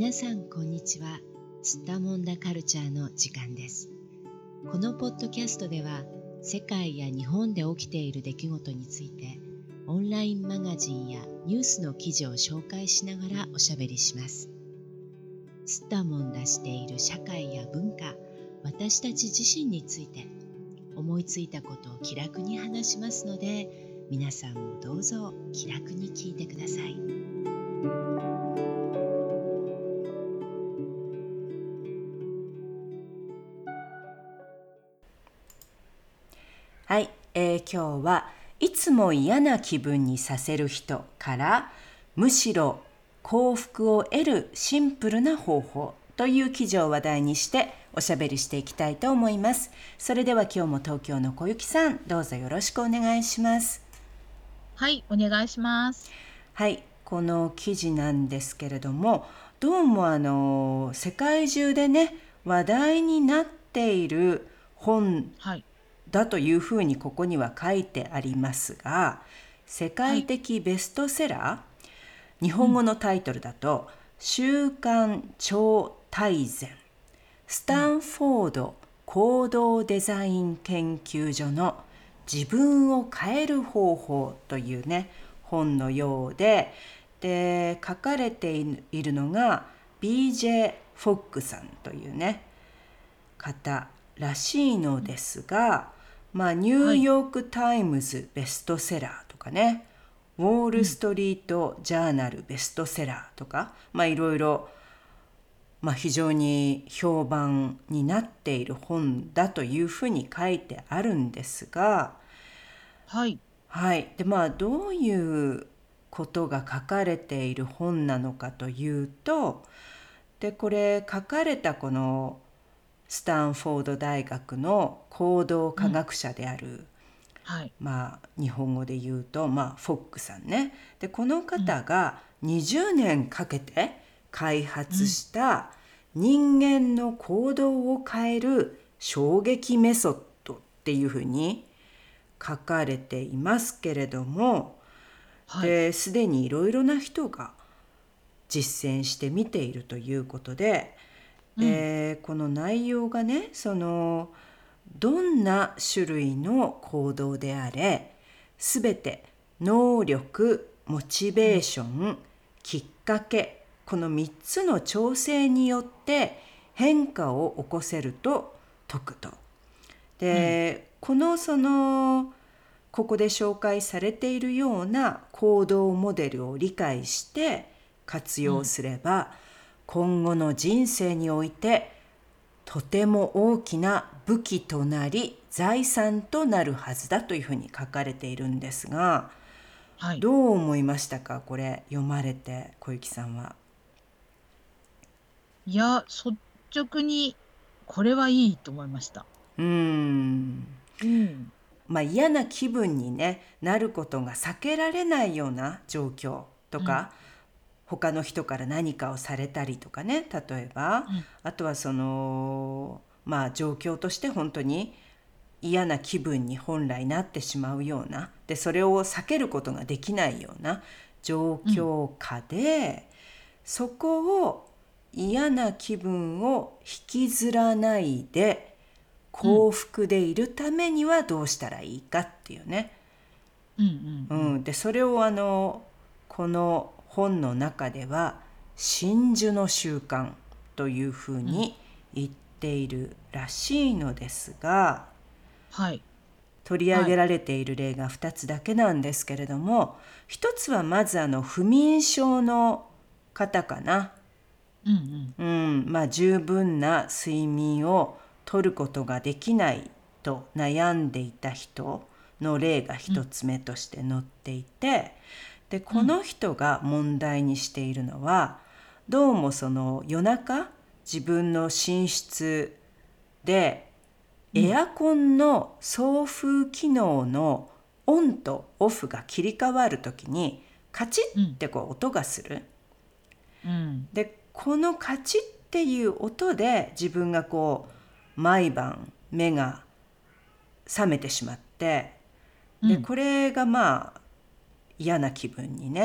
皆さんこんにちは。すったもんだカルチャーの時間です。このポッドキャストでは世界や日本で起きている出来事についてオンラインマガジンやニュースの記事を紹介しながらおしゃべりします。すったもんだしている社会や文化、私たち自身について思いついたことを気楽に話しますので、皆さんもどうぞ気楽に聞いてください。 はい、今日はいつも嫌な気分にさせる人からむしろ幸福を得るシンプルな方法という記事を話題にしておしゃべりしていきたいと思います。それでは今日も東京の小雪さん、どうぞよろしくお願いします。 はい、お願いします。 はい、この記事なんですけれども、どうも世界中でね話題になっている本はい、 だというふうにここには書いてありますが、世界はい、 的ベストセラー、日うん、 本語のタイトルだと週刊超大全スうん、 タンフォード行動デザイン研究所の自分を変える方法というね本のようで、書かれているのが BJ フォックさんというね方らしいのですが、ニューはい、 ヨークタイムズベストセラーとかね、ウォーうん、 ルストリートジャーナルベストセラーとか、いろいろ、非常に評判になっている本だというふうに書いてあるんですが、 はい、 はい。で、どういうことが書かれている本なのかというと、これ書かれたこのスタンフォード大学の行動うん、 科学者である、 はい、 日本語で言うと、フォックさんね。で、このうん、 方が20年かけて開発うん、 した人間の行動を変える衝撃メソッドっていうふうに書かれていますけれども、 はい、 すでにいろいろな人が実践してみているということで、 うん、 この内容がねどんな種類の行動であれすべて能力、モチベーうん、 ション、きっかけ、この3つの調整によって変化を起こせると説くと。 うん、 でこのここで紹介されているような行動モデルを理解して活用うん、 すれば、今後の人生においてとても大きな武器となり財産となるはずだというふうに書かれているんですが、 はい。 どう思いましたか、これ読まれて小雪さんは。 いや、率直に、これはいいと思いました。 うーんうん、 嫌な気分に、なることが避けられないような状況とうん、 か、他の人から何かをされたりとかね、例えばうん、 あとは状況として本当に嫌な気分に本来なってしまうような、でそれを避けることができないような状うん、 況下で、そこを嫌な気分を引きずらないでうん、 幸福でいるためにはどうしたらいいかっていうね。 うん、うん、 でそれをこの本の中では真珠の習慣というふううん、 に言っているらしいのですが、 はい、 取り上はい、 げられている例が2つだけなんですけれども、1つはまず不眠症の方かな。 うん、 十分な睡眠をとることができないと悩んでいた人の例がうん、 1つ目として載っていて、でうん、 この人が問題にしているのは、どうも夜中自分の寝室でうん、 エアコンの送風機能のオンとオフが切り替わるときにカチうん、 ッって音がする。 うん、 でこのカチッっていう音で自分が毎晩目が覚めてしまって、 うん、 これが嫌な気分に、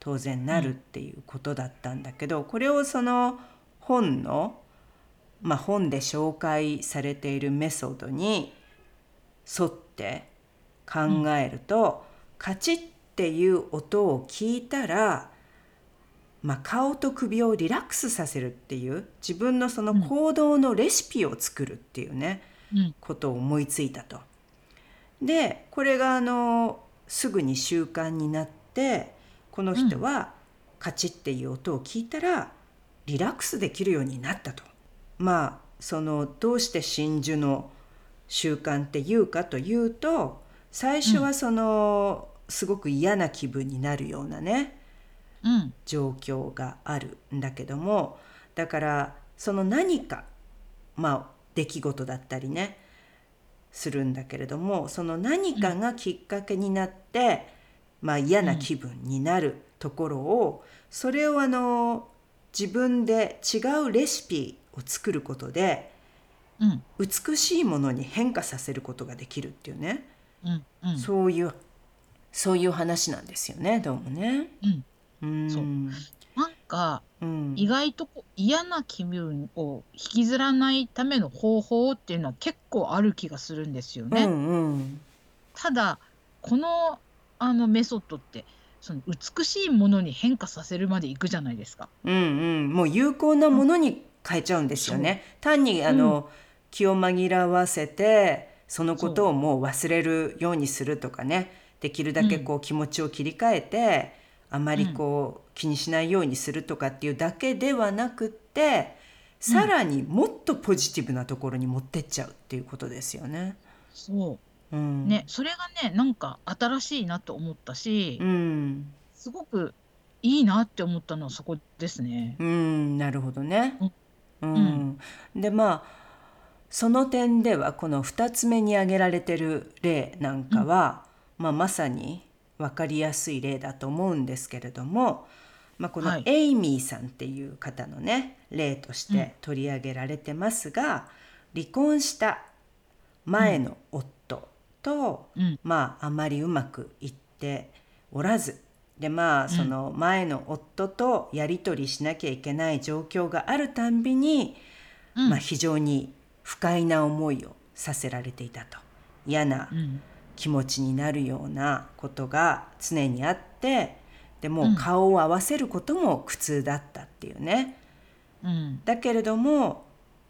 当然なるっていうことだったんだけど、これをその本の、本で紹介されているメソッドに沿って考えると、カチッっていう音を聞いたら、顔と首をリラックスさせるっていう自分のその行動のレシピを作るっていうね、ことを思いついたと。でこれがすぐに習慣になって、この人はカチッっていう音を聞いたらリラックスできるようになったと。そのどうして真珠の習慣っていうかというと、最初はそのすごく嫌な気分になるようなね、状況があるんだけども、だからその何か出来事だったりねするんだけれども、その何かがきっかけになって、嫌な気分になるところを、それを自分で違うレシピを作ることで、美しいものに変化させることができるっていうね、そういう話なんですよね、どうもね。 そうなんか、意外と嫌な気分を引きずらないための方法っていうのは結構ある気がするんですよね。ただこのメソッドってその美しいものに変化させるまでいくじゃないですか。 もう有効なものに変えちゃうんですよね。単に気を紛らわせてそのことをもう忘れるようにするとかね、できるだけ気持ちを切り替えて、あまり気にしないようにするとかっていうだけではなくって、さらにもっとポジティブなところに持ってっちゃうっていうことですよね。 ね、それがねなんか新しいなと思ったし、すごくいいなって思ったのはそこですね。 なるほどね。でその点ではこの2つ目に挙げられてる例なんかは、まさに分かりやすい例だと思うんですけれども、このエイミーさんっていう方のね例として取り上げられてますが、離婚した前の夫と、あまりうまくいっておらずで、その前の夫とやり取りしなきゃいけない状況があるたんびに、非常に不快な思いをさせられていたと。嫌な気持ちになるようなことが常にあって、でもう顔を合わせることも苦痛だったっていうね。だけれども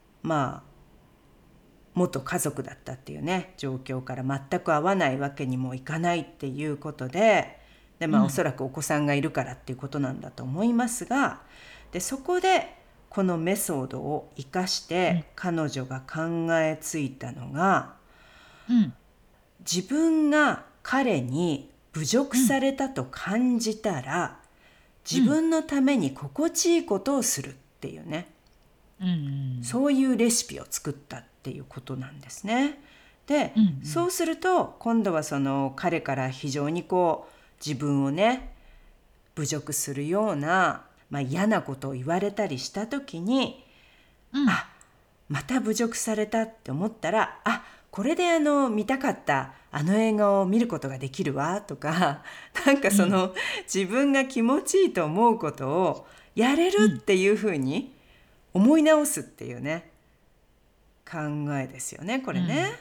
元家族だったっていうね状況から全く合わないわけにもいかないっていうことで、おそらくお子さんがいるからっていうことなんだと思いますが、でそこでこのメソッドを生かして彼女が考えついたのが、自分が彼に侮辱されたと感じたら、自分のために心地いいことをするっていうね、そういうレシピを作ったっていうことなんですね。で、そうすると今度はその彼から非常に自分をね侮辱するような、嫌なことを言われたりした時に、また侮辱されたって思ったら、これで見たかった映画を見ることができるわとか、なんかその、自分が気持ちいいと思うことをやれるっていうふうに思い直すっていうね、考えですよねこれね。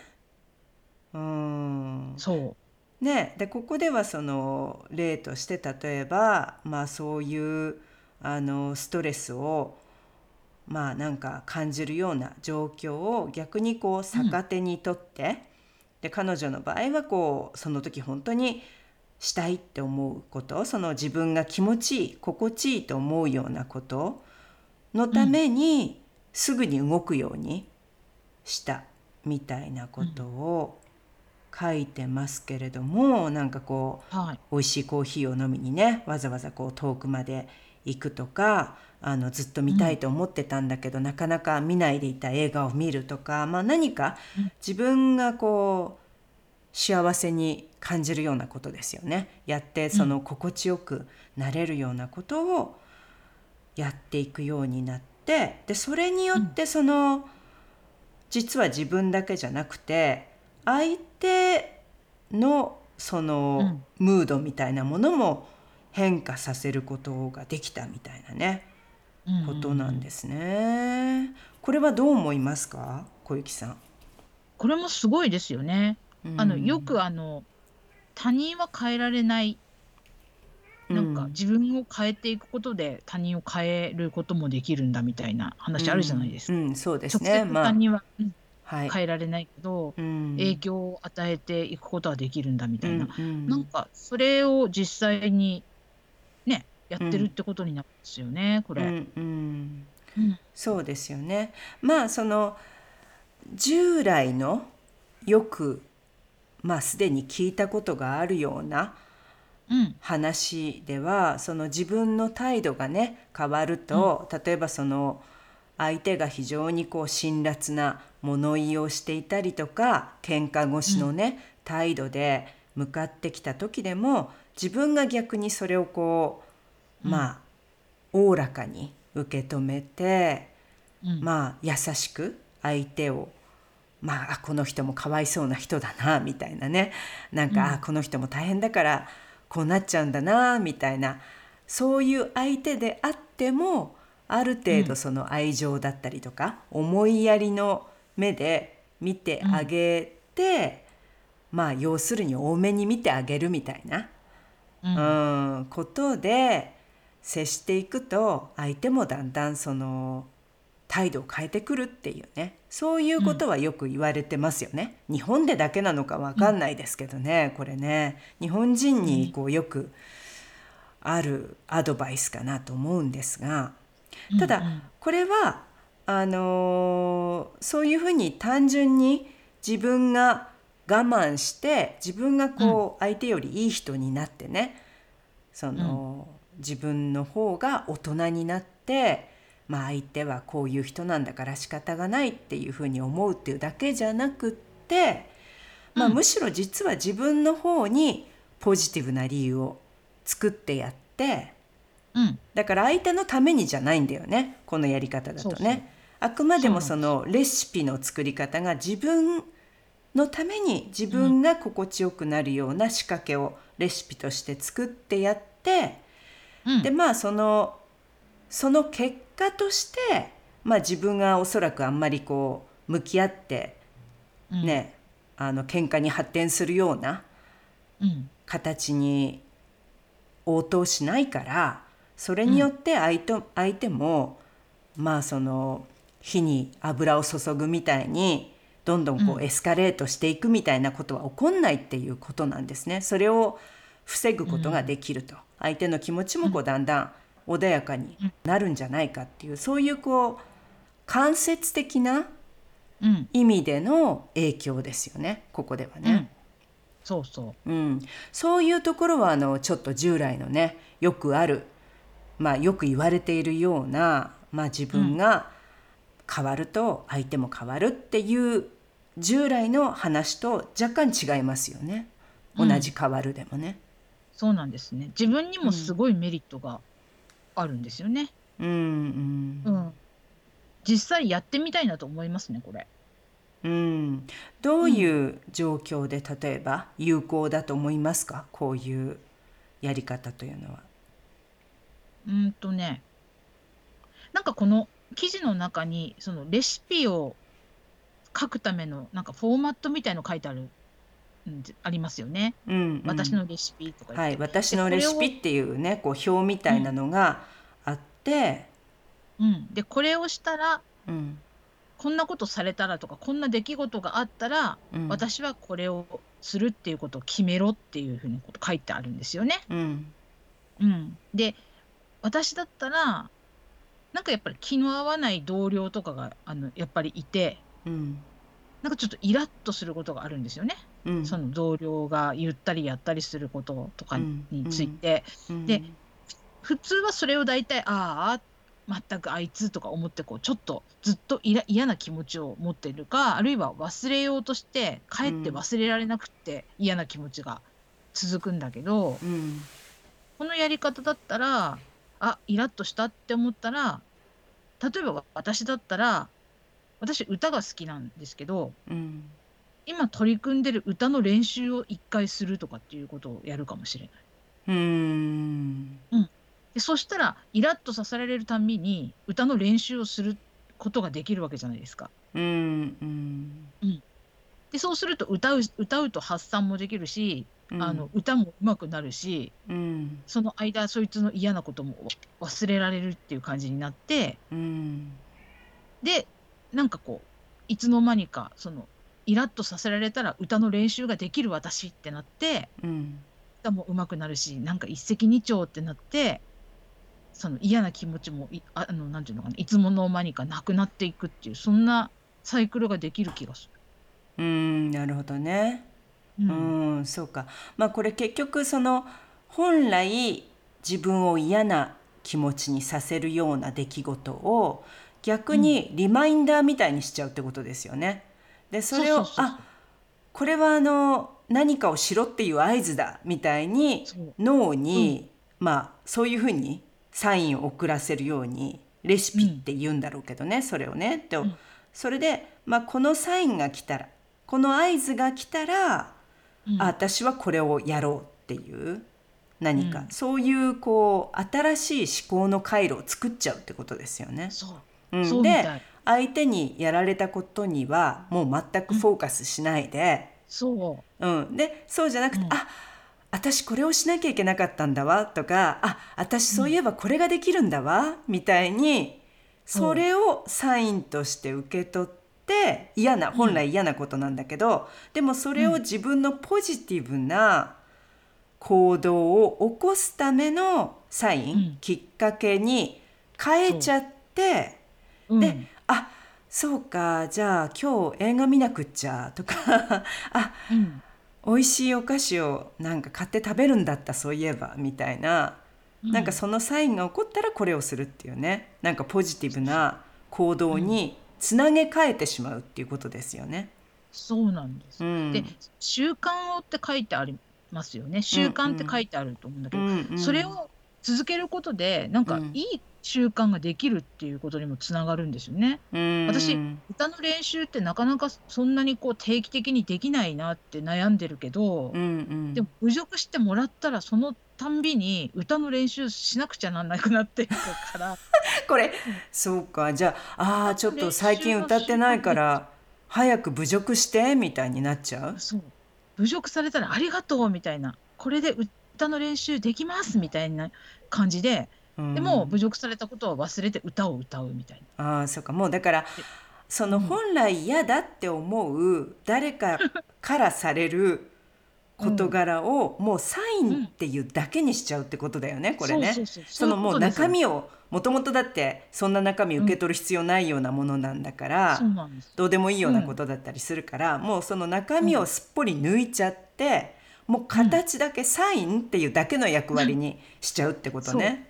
でここではその例として例えば、そういうストレスをなんか感じるような状況を逆に逆手にとって、で彼女の場合はその時本当にしたいって思うこと、その自分が気持ちいい心地いいと思うようなことのためにすぐに動くようにしたみたいなことを書いてますけれども、なんか美味しいコーヒーを飲みにねわざわざ遠くまで行くとか、ずっと見たいと思ってたんだけど、なかなか見ないでいた映画を見るとか、何か自分が幸せに感じるようなことですよね。やってその心地よくなれるようなことをやっていくようになって、でそれによってその、実は自分だけじゃなくて相手のそのムードみたいなものも変化させることができたみたいなね、 うんことなんですね。これはどう思いますか、小雪さん。 これもすごいですよね。よく他人は変えられない。なんか自分を変えていくことで他人を変えることもできるんだみたいな話あるじゃないですか。 そうです直ね。 接他人は、 はい。 変えられないけど、影響を与えていくことはできるんだみたいな。なんかそれを実際にね、やってるってことになるんですよね、これ。 そうですよね。その従来のよくすでに聞いたことがあるような話では、その自分の態度がね変わると、例えばその相手が非常に辛辣な物言いをしていたりとか、喧嘩越しのね、態度で向かってきた時でも、自分が逆にそれをおおらかに受け止めて、優しく相手を、この人もかわいそうな人だなみたいなね、なんか、この人も大変だからこうなっちゃうんだなみたいな、そういう相手であってもある程度その愛情だったりとか、思いやりの目で見てあげて、要するに多めに見てあげるみたいな、ことで接していくと、相手もだんだんその態度を変えてくるっていうね、そういうことはよく言われてますよね。日本でだけなのかわかんないですけどね、これね、日本人によくあるアドバイスかなと思うんですが、ただこれはそういうふうに単純に自分が我慢して自分が相手よりいい人になってね、その自分の方が大人になって、相手はこういう人なんだから仕方がないっていうふうに思うっていうだけじゃなくって、むしろ実は自分の方にポジティブな理由を作ってやって、だから相手のためにじゃないんだよね、このやり方だとね。あくまでもそのレシピの作り方が自分のために、自分が心地よくなるような仕掛けをレシピとして作ってやって、でその結果として、自分がおそらくあんまり向き合ってね、喧嘩に発展するような形に応答しないから、それによって相手もその火に油を注ぐみたいにどんどんエスカレートしていくみたいなことは起こんないっていうことなんですね。それを防ぐことができると、相手の気持ちもだんだん穏やかになるんじゃないかっていう、そういう間接的な意味での影響ですよね、ここではね。そういうところはちょっと従来のね、よくある、よく言われているような、自分が変わると相手も変わるっていう従来の話と若干違いますよね。同じ変わるでもね。 そうなんですね。自分にもすごいメリットがあるんですよね。実際やってみたいなと思いますね、これ。 どういう状況で例えば有効だと思いますか、こういうやり方というのは。 なんかこの記事の中にそのレシピを書くためのなんかフォーマットみたいの書いてありますよね。私のレシピとか言って。 私のレシピっていうね、表みたいなのがあって、 でこれをしたら、こんなことされたらとか、こんな出来事があったら、私はこれをするっていうことを決めろっていうふうに書いてあるんですよね。で私だったらなんかやっぱり気の合わない同僚とかがやっぱりいて、なんかちょっとイラッとすることがあるんですよね。その同僚が言ったりやったりすることとかについて、で普通はそれを大体全くあいつとか思ってちょっとずっと嫌な気持ちを持っているか、あるいは忘れようとしてかえって忘れられなくって嫌な気持ちが続くんだけど、このやり方だったらイラッとしたって思ったら、例えば私だったら、私歌が好きなんですけど、今取り組んでる歌の練習を1回するとかっていうことをやるかもしれない。 うん。 でそしたらイラッとさせられるたんびに歌の練習をすることができるわけじゃないですか。 うん。 でそうすると歌うと発散もできるし、歌も上手くなるし、その間そいつの嫌なことも忘れられるっていう感じになって、でなんかこういつの間にかそのイラッとさせられたら歌の練習ができる私ってなって、歌も上手くなるし、なんか一石二鳥ってなって、その嫌な気持ちもなんていうのかな、いつもの間にかなくなっていくっていう、そんなサイクルができる気がする。 なるほどね。そうか。まあこれ結局その本来自分を嫌な気持ちにさせるような出来事を逆にリマインダーみたいにしちゃうってことですよね。でそれをこれは何かをしろっていう合図だみたいに脳に、まあそういうふうにサインを送らせるようにレシピって言うんだろうけどね、それをね。それで、まあ、このサインが来たら、この合図が来たら、私はこれをやろうっていう何か、そういうこう新しい思考の回路を作っちゃうってことですよね。で相手にやられたことにはもう全くフォーカスしないで、でそうじゃなくて、私これをしなきゃいけなかったんだわとか、私そういえばこれができるんだわ、みたいにそれをサインとして受け取って、本来嫌なことなんだけど、でもそれを自分のポジティブな行動を起こすためのサイン、きっかけに変えちゃって、でそうか、じゃあ今日映画見なくっちゃとか美味しいお菓子をなんか買って食べるんだった、そういえばみたいな、なんかそのサインが起こったらこれをするっていうね、なんかポジティブな行動につなげ替えてしまうっていうことですよね。 そうなんです。で習慣をって書いてありますよね。習慣って書いてあると思うんだけど、それを続けることでなんかいい習慣ができるっていうことにもつながるんですよね。私歌の練習ってなかなかそんなにこう定期的にできないなって悩んでるけど、でも侮辱してもらったらそのたんびに歌の練習しなくちゃなんなくなっていくからこれそうか、じゃあちょっと最近歌ってないから早く侮辱してみたいになっちゃう。 侮辱されたらありがとうみたいな、これで歌の練習できますみたいな感じで、でも侮辱されたことを忘れて歌を歌うみたいな。そうか、もうだからその本来嫌だって思う誰かからされる事柄をもうサインっていうだけにしちゃうってことだよね、これね。そのもう中身をもともとだってそんな中身受け取る必要ないようなものなんだから、どうでもいいようなことだったりするから、もうその中身をすっぽり抜いちゃって、もう形だけサインっていうだけの役割にしちゃうってことね。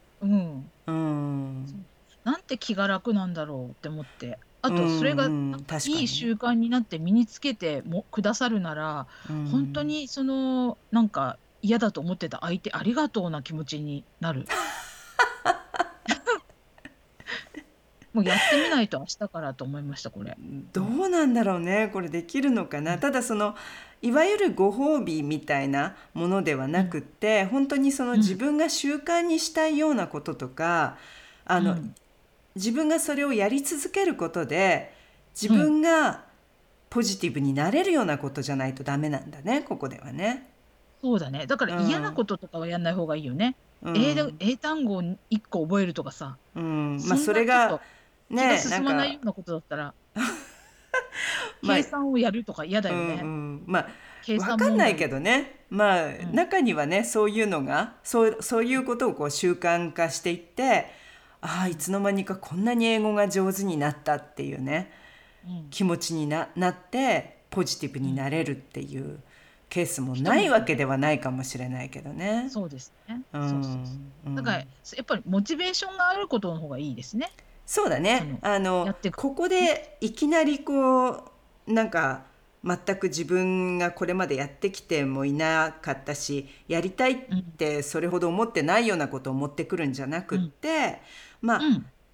なんて気が楽なんだろうって思って、あとそれがいい習慣になって身につけてもくださるなら、本当にそのなんか嫌だと思ってた相手ありがとうな気持ちになる。もうやってみないと明日からと思いました、これ。 どうなんだろうね、これできるのかな。ただそのいわゆるご褒美みたいなものではなくって、本当にその自分が習慣にしたいようなこととか、自分がそれをやり続けることで自分がポジティブになれるようなことじゃないとダメなんだね、ここではね。 そうだね。だから嫌なこととかはやんない方がいいよね。英単語を1個覚えるとかさ、 それが気が進まないようなことだったら計算をやるとか嫌だよね。 分かんないけどね、中にはね、そういうのがそういうことをこう習慣化していって、いつの間にかこんなに英語が上手になったっていうね、気持ちに なってポジティブになれるっていうケースもないわけではないかもしれないけどね。 そうですね。だからやっぱりモチベーションがあることの方がいいですね。 そうだね。ここでいきなりこうなんか全く自分がこれまでやってきてもいなかったし、やりたいってそれほど思ってないようなことを持ってくるんじゃなくって、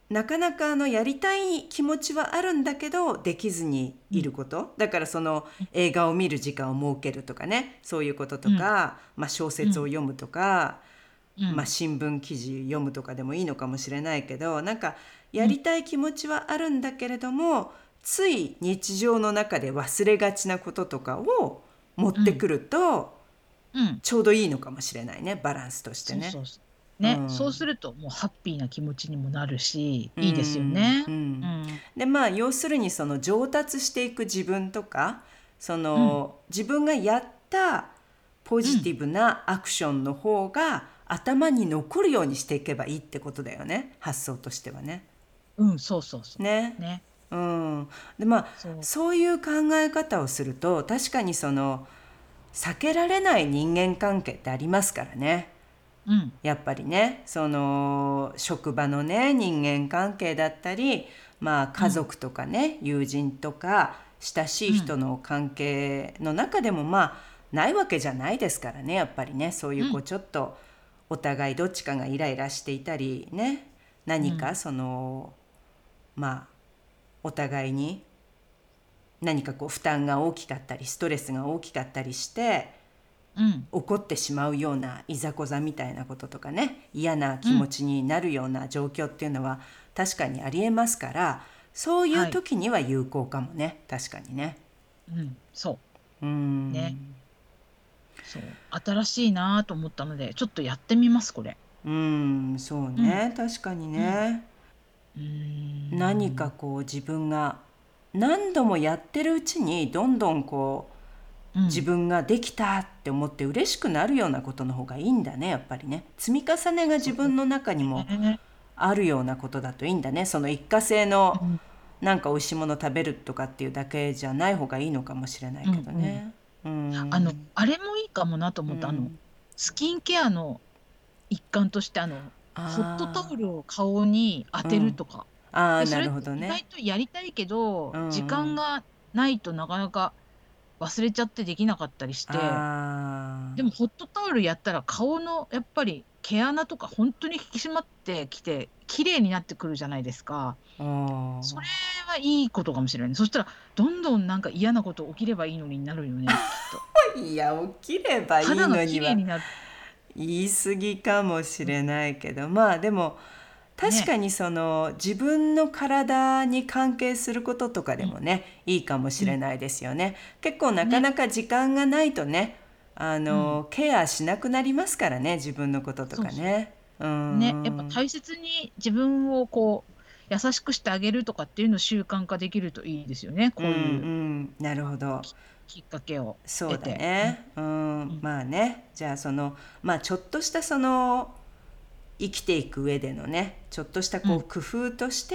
なかなかやりたい気持ちはあるんだけどできずにいること、だからその映画を見る時間を設けるとかね、そういうこととか、小説を読むとか、新聞記事読むとかでもいいのかもしれないけど、なんかやりたい気持ちはあるんだけれども、つい日常の中で忘れがちなこととかを持ってくると、ちょうどいいのかもしれないね、バランスとしてね。 そうするともうハッピーな気持ちにもなるし、いいですよね。 で要するにその上達していく自分とか、その、自分がやったポジティブなアクションの方が頭に残るようにしていけばいいってことだよね、発想としてはね。 そうね。でそういう考え方をすると、確かにその避けられない人間関係ってありますからね。やっぱりね、その職場のね人間関係だったり、家族とかね、友人とか親しい人の関係の中でもないわけじゃないですからね、やっぱりね、そういうちょっとお互いどっちかがイライラしていたりね、何かそのお互いに何か負担が大きかったりストレスが大きかったりして起こってしまうようないざこざみたいなこととかね、嫌な気持ちになるような状況っていうのは確かにありえますから、そういう時には有効かもね、確かにね。 そうね。そう、新しいなと思ったのでちょっとやってみます、これ。 そうね、確かにね。何か自分が何度もやってるうちにどんどん自分ができたって思って嬉しくなるようなことの方がいいんだね、やっぱりね。積み重ねが自分の中にもあるようなことだといいんだね。その一過性のなんか美味しいもの食べるとかっていうだけじゃない方がいいのかもしれないけどね。 あれもいいかもなと思った。スキンケアの一環としてホットタオルを顔に当てるとか。でそれって意外とやりたいけど、時間がないとなかなか忘れちゃってできなかったりして、でもホットタオルやったら顔のやっぱり毛穴とか本当に引き締まってきて綺麗になってくるじゃないですか。それはいいことかもしれない。そしたらどんどんなんか嫌なこと起きればいいのになるよね、きっと。 いや、起きればいい肌のにはが綺麗になる。 言い過ぎかもしれないけど、でも確かにその自分の体に関係することとかでもね、いいかもしれないですよね。結構なかなか時間がないとね、ケアしなくなりますからね、自分のこととかね。 やっぱ大切に自分を優しくしてあげるとかっていうのを習慣化できるといいですよね、こういうなるほど。 きっかけをそうだ得て。 ね。じゃあそのちょっとしたその生きていく上でのね、ちょっとした工夫として、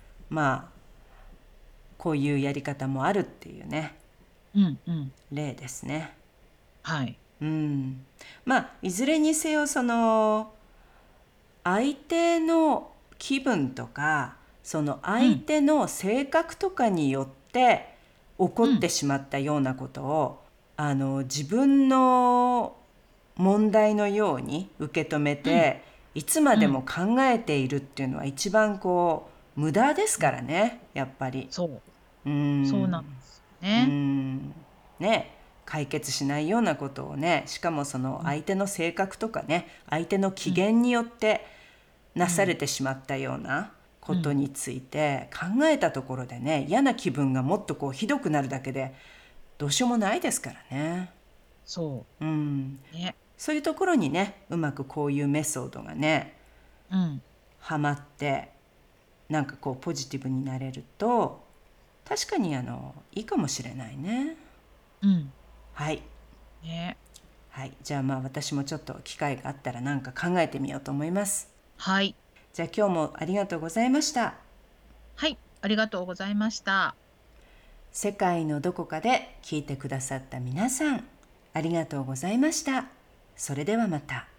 こういうやり方もあるっていうね、例ですね。いずれにせよその相手の気分とかその相手の性格とかによって起こってしまったようなことを、自分の問題のように受け止めて、いつまでも考えているっていうのは一番無駄ですからね、やっぱり。 そうなんですね。解決しないようなことをね、しかもその相手の性格とかね、相手の機嫌によってなされてしまったようなことについて考えたところでね、嫌な気分がもっとひどくなるだけでどうしようもないですからね。そういうところにね、うまくこういうメソッドがね、はまってなんかポジティブになれると確かにいいかもしれないね。はい、じゃあ私もちょっと機会があったらなんか考えてみようと思います。じゃあ今日もありがとうございました。 ありがとうございました。 世界のどこかで聞いてくださった皆さん、ありがとうございました。それではまた。